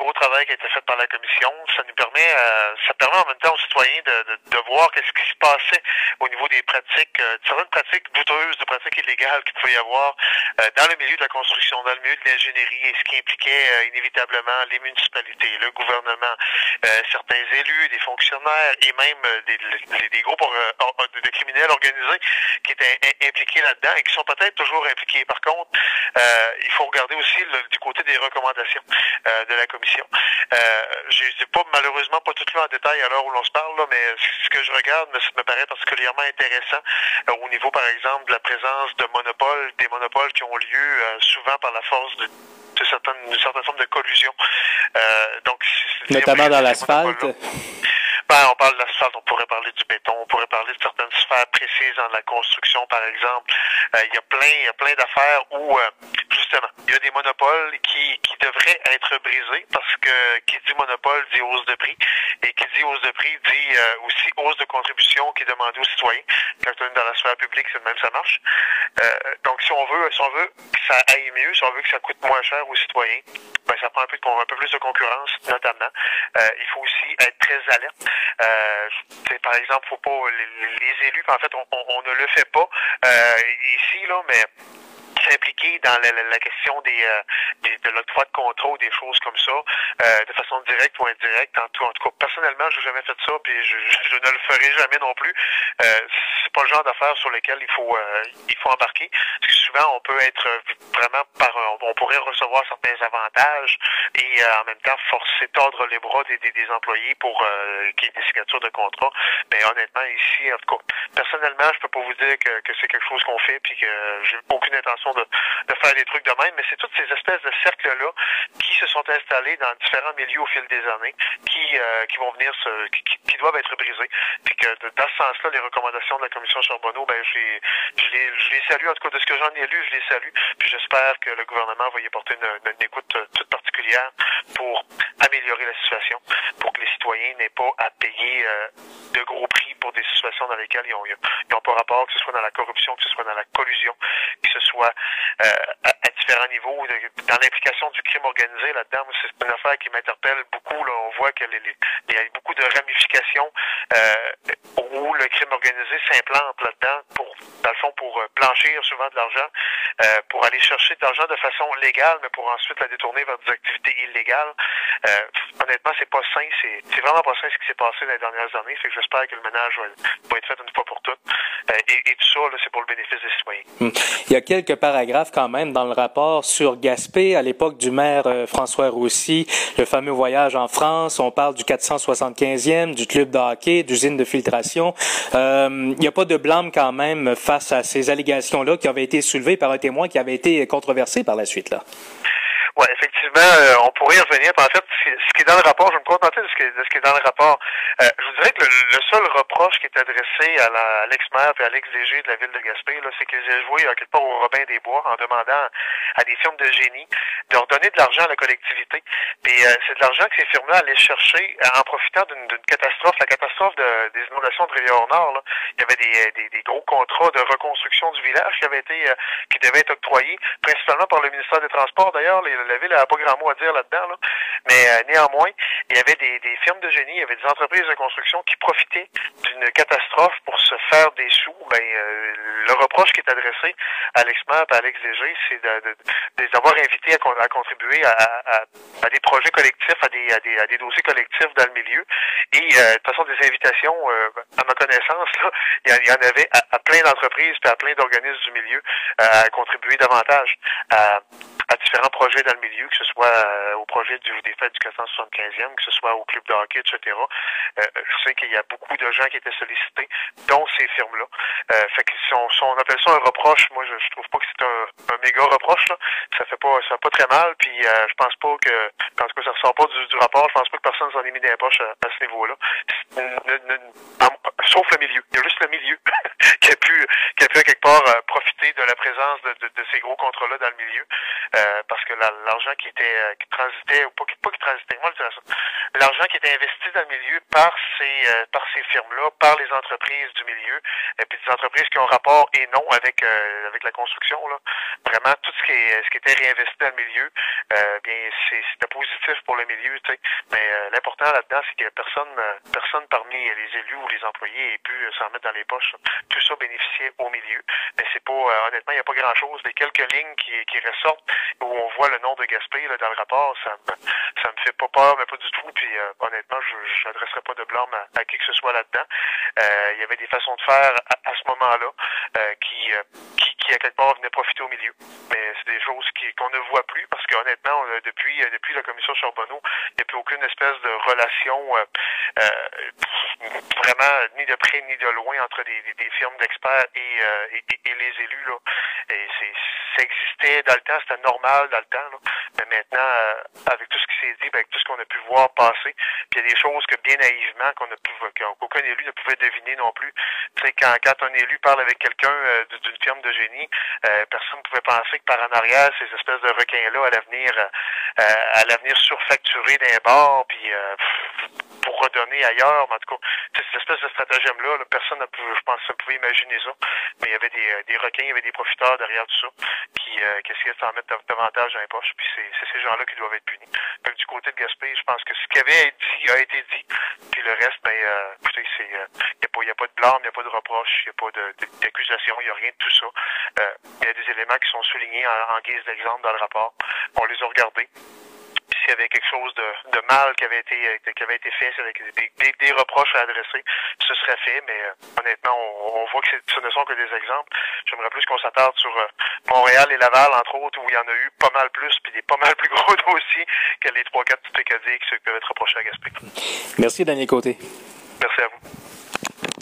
gros travail qui a été fait par la commission. Ça permet en même temps aux citoyens de voir qu'est-ce qui se passait au niveau des pratiques, certaines pratiques douteuses, de pratiques illégales qu'il pouvait y avoir dans le milieu de la construction, dans le milieu de l'ingénierie, et ce qui impliquait inévitablement les municipalités, le gouvernement, certains élus, des fonctionnaires et même des groupes de criminels organisés qui étaient impliqués là-dedans et qui sont peut-être toujours impliqués. Par contre, il faut regarder aussi du côté des recommandations de la commission. Je n'ai pas malheureusement pas tout lu en détail à l'heure où l'on se parle, là, mais ce que je regarde me paraît particulièrement intéressant au niveau, par exemple, de la présence de monopoles, des monopoles qui ont lieu souvent par la force d'une certaine forme de collusion. Donc, notamment dans l'asphalte. On parle de l'asphalte, on pourrait parler du béton, on pourrait parler de certaines sphères précises dans la construction, par exemple. Il y a plein d'affaires où, justement, il y a des monopoles qui devraient être brisés parce que qui dit monopole dit hausse de prix et qui dit hausse de prix dit aussi hausse de contribution qui est demandée aux citoyens. Quand on est dans la sphère publique, c'est de même ça marche. Donc, si on veut que ça aille mieux, si on veut que ça coûte moins cher aux citoyens, ben ça prend un peu plus de concurrence, notamment. Il faut aussi être très alerte. Par exemple, faut pas les élus, en fait, on ne le fait pas ici, là, mais s'impliquer dans la question de l'octroi de contrat ou des choses comme ça, de façon directe ou indirecte. En tout cas, personnellement, je n'ai jamais fait ça, puis je ne le ferai jamais non plus. C'est pas le genre d'affaires sur lesquelles il faut embarquer. Parce que souvent, on peut être vraiment on pourrait recevoir certains avantages et en même temps forcer tordre les bras des employés pour qu'il y ait des signatures de contrat. Mais honnêtement, ici, en tout cas, personnellement, je peux pas vous dire que c'est quelque chose qu'on fait puis que j'ai aucune intention de faire des trucs de même, mais c'est toutes ces espèces de cercles-là qui se sont installés dans différents milieux au fil des années, qui vont venir qui doivent être brisés. Puis que dans ce sens-là, les recommandations de la commission Charbonneau, ben je les salue, en tout cas de ce que j'en ai lu, je les salue. Puis j'espère que le gouvernement va y apporter une écoute toute particulière pour améliorer la situation, pour que les citoyens n'aient pas à payer de gros prix pour des situations dans lesquelles ils n'ont pas rapport, que ce soit dans la corruption, que ce soit dans la collusion, que ce soit à différents niveaux, dans l'implication du crime organisé là-dedans. Moi, c'est une affaire qui m'interpelle beaucoup. Là. On voit qu'il y a beaucoup de ramifications où le crime organisé s'implante là-dedans dans le fond, pour blanchir souvent de l'argent, pour aller chercher de l'argent de façon légale, mais pour ensuite la détourner vers des activités illégales. Honnêtement, c'est pas sain. C'est vraiment pas sain ce qui s'est passé dans les dernières années. C'est que j'espère que le ménage va être fait une fois pour toutes. Et tout ça, là, c'est pour le bénéfice des citoyens. Il y a quelques paragraphes quand même dans le rapport sur Gaspé, à l'époque du maire François Roussy, le fameux voyage en France. On parle du 475e, du club de hockey, d'usine de filtration. Il n'y a pas de blâme quand même face à ces allégations-là qui avaient été soulevées par un témoin qui avait été controversé par la suite, là. Oui, effectivement, on pourrait y revenir. En fait, ce qui est dans le rapport, je vais me contenter de ce qui est dans le rapport. Je vous dirais que le seul reproche qui est adressé à l'ex-maire et à l'ex-DG de la ville de Gaspé, là, c'est qu'ils aient joué quelque part au Robin des Bois en demandant à des firmes de génie de leur donner de l'argent à la collectivité. Puis c'est de l'argent que ces firmes-là allaient chercher en profitant d'une catastrophe, la catastrophe des inondations de Rivière-Nord. Là. Il y avait des gros contrats de reconstruction du village qui devaient être octroyés, principalement par le ministère des Transports. D'ailleurs, la ville n'a pas grand mot à dire là-dedans, là. Mais néanmoins, il y avait des firmes de génie, il y avait des entreprises de construction qui profitaient d'une catastrophe pour se faire des sous. Le reproche qui est adressé à l'ex-maire et à l'ex-DG, c'est de les avoir invités à contribuer à des projets collectifs, à des dossiers collectifs dans le milieu. Et de toute façon, des invitations, à ma connaissance, là, il y en avait à plein d'entreprises et à plein d'organismes du milieu à contribuer davantage à différents projets dans le milieu, que ce soit au projet des fêtes du 475e, que ce soit au club de hockey, etc. Je sais qu'il y a beaucoup de gens qui étaient sollicités, dont ces firmes-là. Fait que si on appelle ça un reproche, moi je trouve pas que c'est un méga reproche, là. Ça fait pas très mal, puis je pense pas que, en tout cas ça ressort pas du rapport, je pense pas que personne s'en est mis dans les poches à ce niveau-là. Sauf le milieu. Il y a juste le milieu qui a pu à quelque part profiter de la présence de ces gros contrats-là dans le milieu. parce que l'argent qui transitait, ou pas qui transitait, moi je dirais ça, l'argent qui était investi dans le milieu par ces firmes-là, par les entreprises du milieu, et puis des entreprises qui ont rapport et non avec la construction, là. Vraiment, tout ce qui était réinvesti dans le milieu, bien c'était positif pour le milieu, tu sais. Mais l'important là-dedans, c'est que personne parmi les élus ou les employés ait pu s'en mettre dans les poches. Tout ça bénéficiait au milieu. Mais c'est pas, honnêtement, il n'y a pas grand-chose. Les quelques lignes qui ressortent où on voit le nom de Gaspé là, dans le rapport, ça me fait pas peur, mais pas du tout. Puis honnêtement, je n'adresserai pas de blâme à qui que ce soit là-dedans. Il y avait des façons de faire à ce moment-là qui à quelque part venaient profiter au milieu. Mais c'est des choses qu'on ne voit plus parce qu'honnêtement, depuis la commission Charbonneau, il n'y a plus aucune espèce de relation vraiment ni de près ni de loin entre des firmes d'experts et les élus. Là. Et ça existait dans le temps, c'était normal dans le temps. Là. Mais maintenant, avec tout ce qui s'est dit, avec tout ce qu'on a pu voir passer, puis il y a des choses que bien naïvement qu'aucun élu ne pouvait deviner non plus. Tu sais, quand un élu parle avec quelqu'un d'une firme de génie, personne ne pouvait penser que par en arrière, ces espèces de requins-là allaient venir surfacturer d'un bord, puis pour redonner ailleurs. Mais en tout cas, cette espèce de stratagème-là, là, personne ne pouvait, je pense, ne pouvait imaginer ça. Mais il y avait des requins, il y avait des profiteurs derrière tout ça qui essayaient de s'en mettre davantage dans les poches. Puis c'est ces gens-là qui doivent être punis. Donc, du côté de Gaspé, je pense que ce qui avait dit a été dit. Puis le reste, ben, écoutez, il n'y a pas de blâme, il n'y a pas de reproche, il n'y a pas d'accusation, il n'y a rien de tout ça. Il y a des éléments qui sont soulignés en guise d'exemple dans le rapport. On les a regardés. S'il y avait quelque chose de mal qui avait été fait, s'il y avait des reproches à adresser, ce serait fait, mais honnêtement, on voit que ce ne sont que des exemples. J'aimerais plus qu'on s'attarde sur Montréal et Laval, entre autres, où il y en a eu pas mal plus, puis des pas mal plus gros dossiers que les 3-4 petits Acadiens qui peuvent être reprochés à Gaspé. Merci, Daniel Côté. Merci à vous.